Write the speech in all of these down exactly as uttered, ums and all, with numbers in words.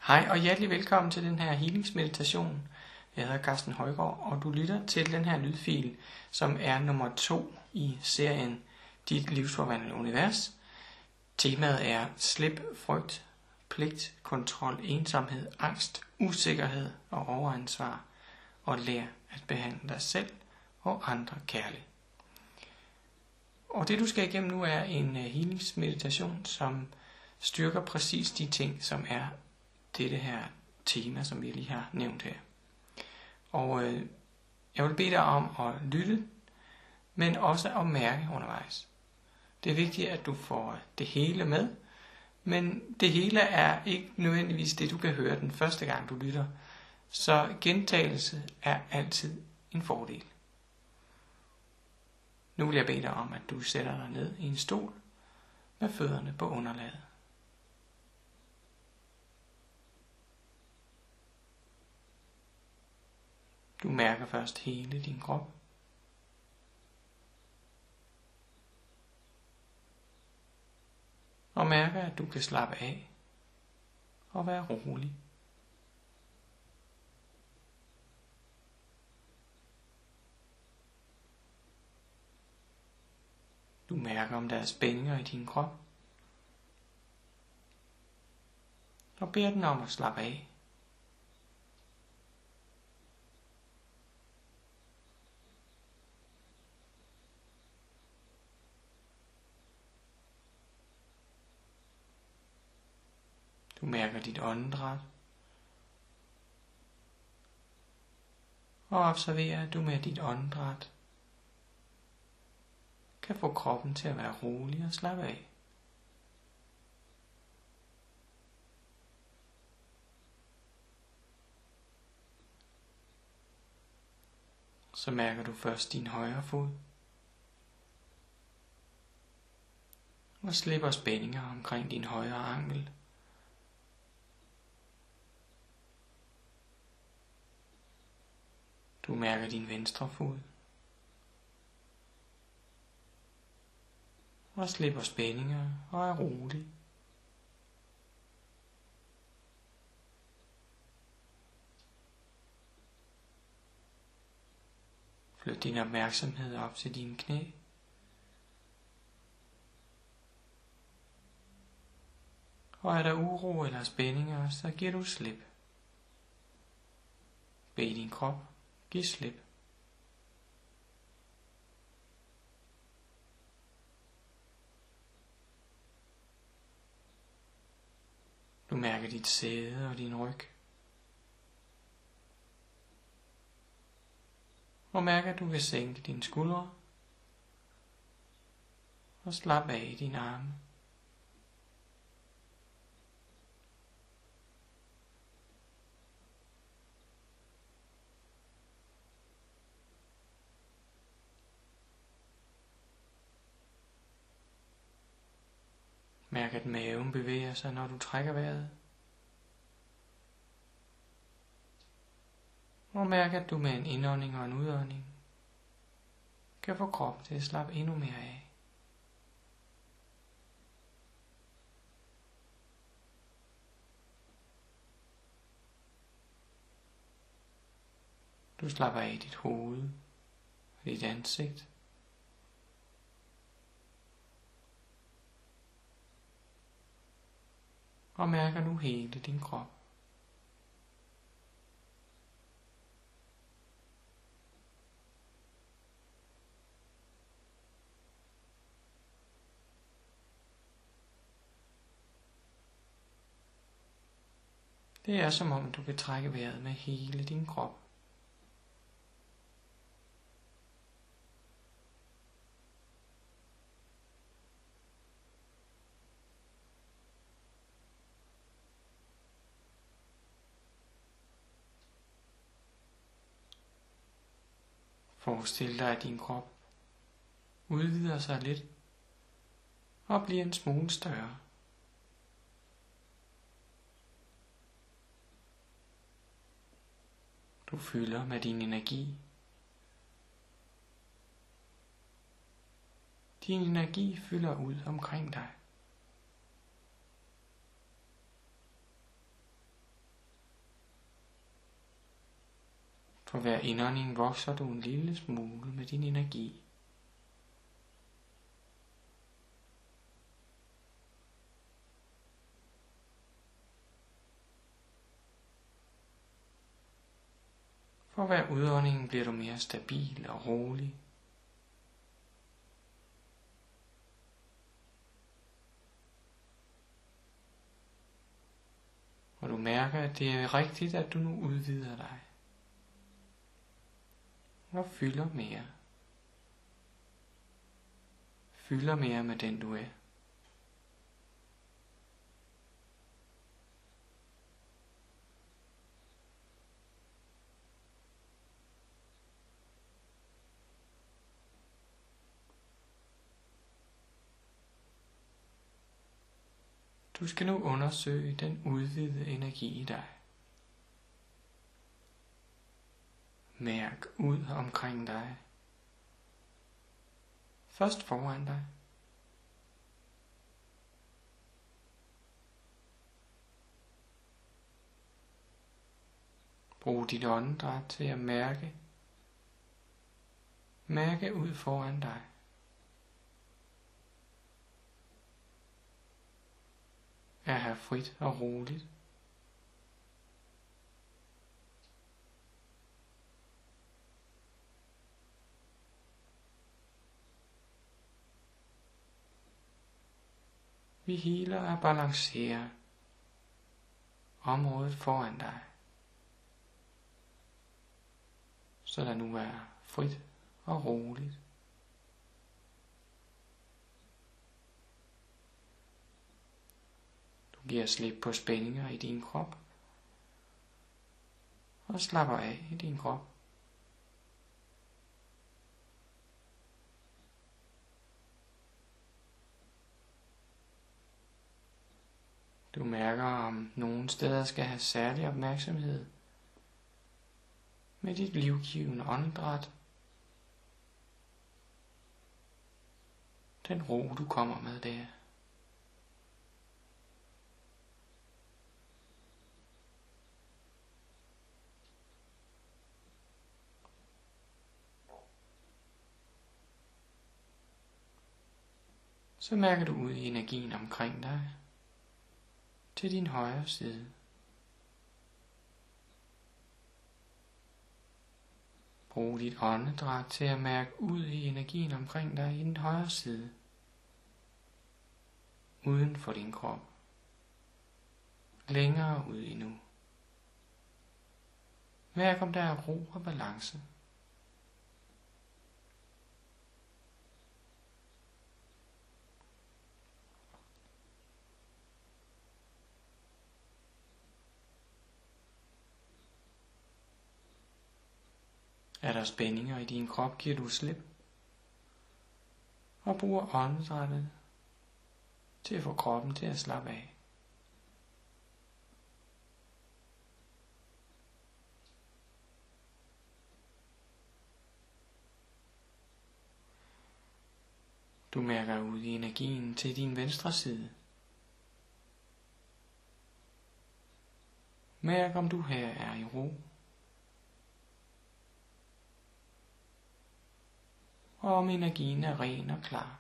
Hej og hjertelig velkommen til den her healingsmeditation. Jeg hedder Carsten Højgaard, og du lytter til den her lydfil, som er nummer to i serien Dit livsforvandlende univers. Temaet er slip frygt, pligt, kontrol, ensomhed, angst, usikkerhed og overansvar, og lær at behandle dig selv og andre kærligt. Og det du skal igennem nu er en healingsmeditation, som styrker præcis de ting, som er dette her tema, som vi lige har nævnt her. Og øh, jeg vil bede dig om at lytte, men også at mærke undervejs. Det er vigtigt, at du får det hele med, men det hele er ikke nødvendigvis det, du kan høre den første gang, du lytter. Så gentagelse er altid en fordel. Nu vil jeg bede dig om, at du sætter dig ned i en stol med fødderne på underlaget. Du mærker først hele din krop. Og mærker, at du kan slappe af og være rolig. Du mærker, om der er spændinger i din krop. Og beder den om at slappe af. Du mærker dit åndedræt. Og observerer, at du med dit åndedræt kan få kroppen til at være rolig og slappe af. Så mærker du først din højre fod. Og slipper spændinger omkring din højre ankel. Du mærker din venstre fod. Og slipper spændinger og er rolig. Flyt din opmærksomhed op til dine knæ. Og er der uro eller spændinger, så giver du slip. Bed din krop, giv slip. Du mærker dit sæde og din ryg. Og mærker, at du kan sænke dine skuldre. Og slappe af i dine arme. Mærk, at maven bevæger sig, når du trækker vejret. Og mærk, at du med en indånding og en udånding kan få kroppen til at slappe endnu mere af. Du slapper af i dit hoved og dit ansigt. Og mærker nu hele din krop. Det er som om du kan trække vejret med hele din krop. Forestil dig, at din krop udvider sig lidt og bliver en smule større. Du fylder med din energi. Din energi fylder ud omkring dig. For hver indånding vokser du en lille smule med din energi. For hver udånding bliver du mere stabil og rolig. Og du mærker, at det er rigtigt, at du nu udvider dig. Og fylder mere. Fylder mere med den du er. Du skal nu undersøge den udvidede energi i dig. Mærk ud omkring dig. Først foran dig. Brug dit åndedræt til at mærke. Mærke ud foran dig. Er her frit og roligt. Vi healer og balancerer området foran dig, så der nu er frit og roligt. Du giver slip på spændinger i din krop og slapper af i din krop. Du mærker, om nogle steder skal have særlig opmærksomhed med dit livgivende åndedræt. Den ro, du kommer med der. Så mærker du ud i energien omkring dig. Til din højre side. Brug dit åndedræt til at mærke ud i energien omkring dig i den højre side. Uden for din krop. Længere ud endnu. Mærk om der er ro og balance. Er der spændinger i din krop, giver du slip og bruger åndedrættet til at få kroppen til at slappe af. Du mærker ud i energien til din venstre side. Mærk om du her er i ro. Og om energien er ren og klar.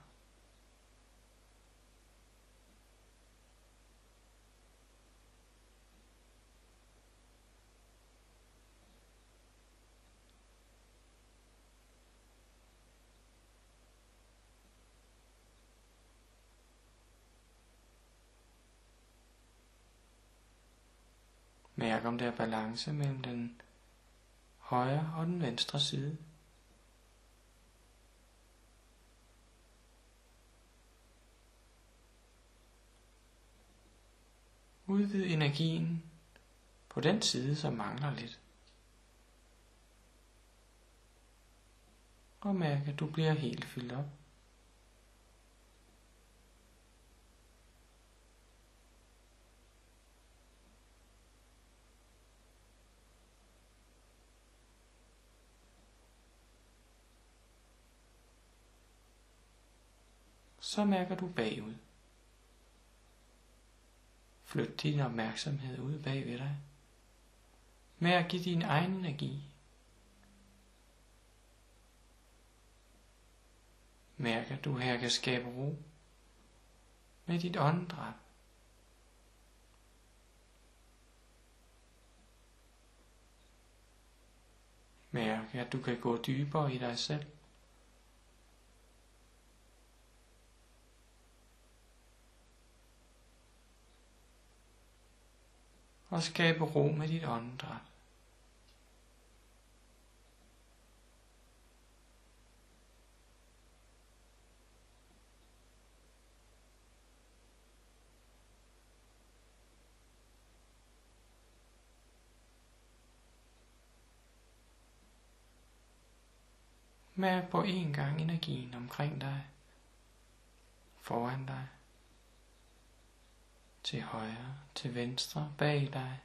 Mærk om der er balance mellem den højre og den venstre side. Udvid energien på den side, som mangler lidt. Og mærk, at du bliver helt fyldt op. Så mærker du bagud. Flyt din opmærksomhed ud bag ved dig. Mærk i din egen energi Mærk, at du her kan skabe ro med dit åndedræt. Mærk, at du kan gå dybere i dig selv. Og skabe ro med dit åndedræt. Mærk på en gang energien omkring dig, foran dig, til højre, til venstre, bag dig.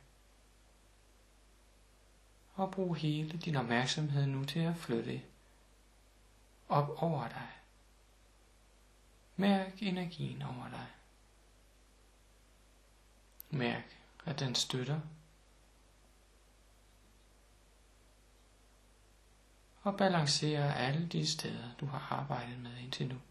Og brug hele din opmærksomhed nu til at flytte op over dig. Mærk energien over dig. Mærk, at den støtter og balancerer alle de steder, du har arbejdet med indtil nu.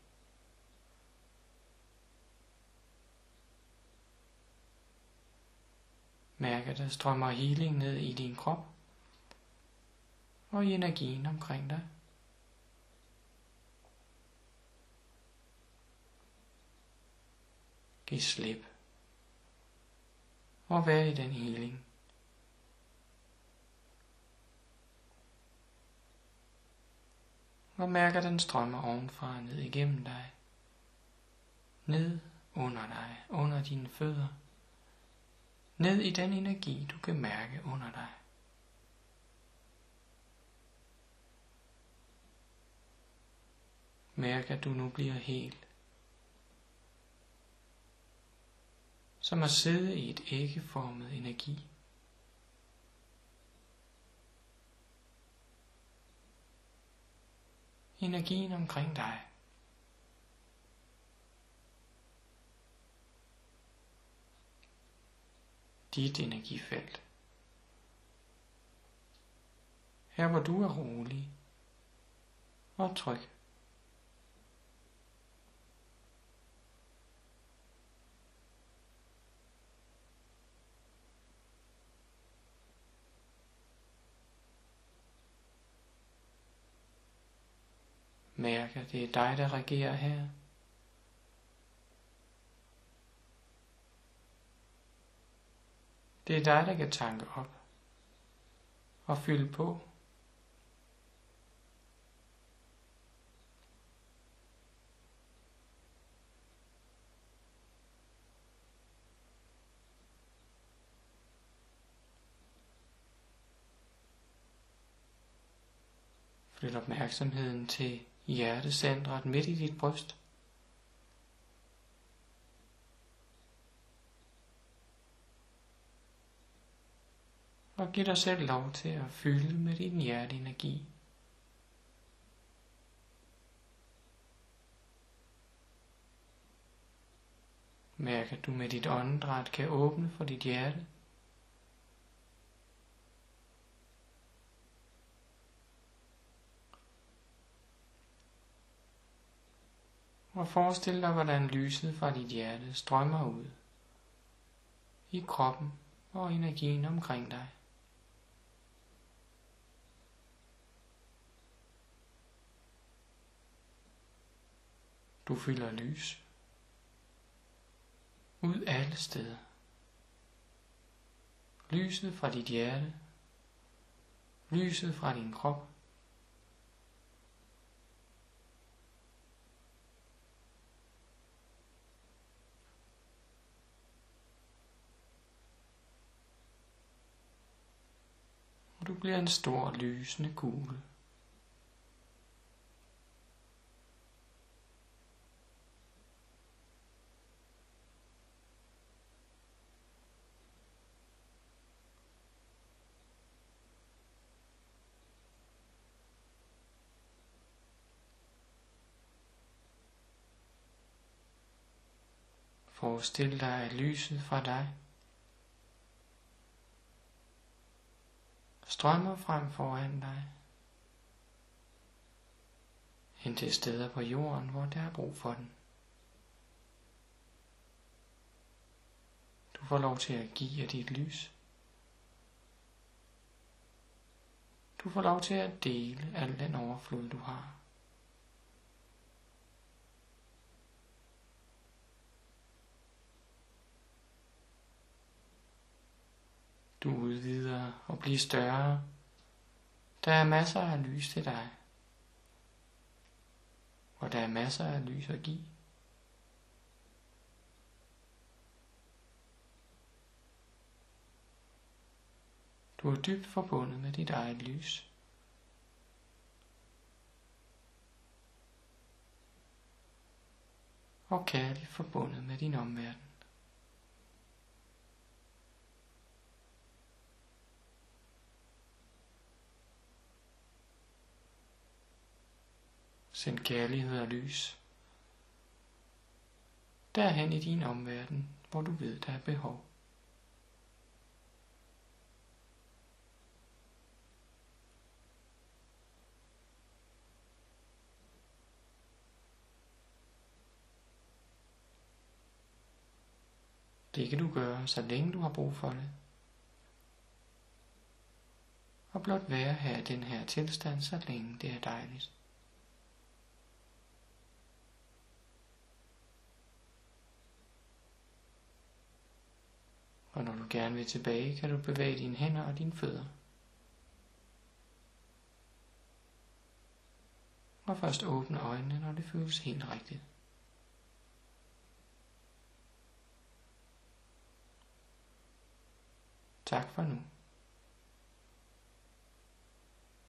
Mærk, at der strømmer healing ned i din krop og i energien omkring dig. Giv slip og vær i den healing. Og mærk, at den strømmer ovenfra og ned igennem dig. Ned under dig, under dine fødder. Ned i den energi, du kan mærke under dig. Mærk, at du nu bliver hel. Som at sidde i et æggeformet energi. Energien omkring dig. Dit energifelt. Her hvor du er rolig og tryg. Mærk, at det er dig, der regerer her. Det er dig, der kan tanke op og fylde på. Flyt opmærksomheden til hjertecentret midt i dit bryst. Og giv dig selv lov til at fylde med din hjerteenergi. Mærk, at du med dit åndedræt kan åbne for dit hjerte. Og forestil dig, hvordan lyset fra dit hjerte strømmer ud i kroppen og energien omkring dig. Du fylder lys ud alle steder. Lyset fra dit hjerte, lyset fra din krop, og du bliver en stor lysende kugle. Forestil dig, at lyset fra dig strømmer frem foran dig hen til steder på jorden, hvor der er brug for den. Du får lov til at give af dit lys. Du får lov til at dele al den overflod, du har. Du udvider og bliver større. Der er masser af lys til dig. Og der er masser af lys at give. Du er dybt forbundet med dit eget lys. Og kærligt forbundet med din omverden. Send kærlighed og lys derhen i din omverden, hvor du ved, der er behov. Det kan du gøre, så længe du har brug for det. Og blot være her i den her tilstand, så længe det er dejligt. Og når du gerne vil tilbage, kan du bevæge dine hænder og dine fødder. Og først åbne øjnene, når det føles helt rigtigt. Tak for nu.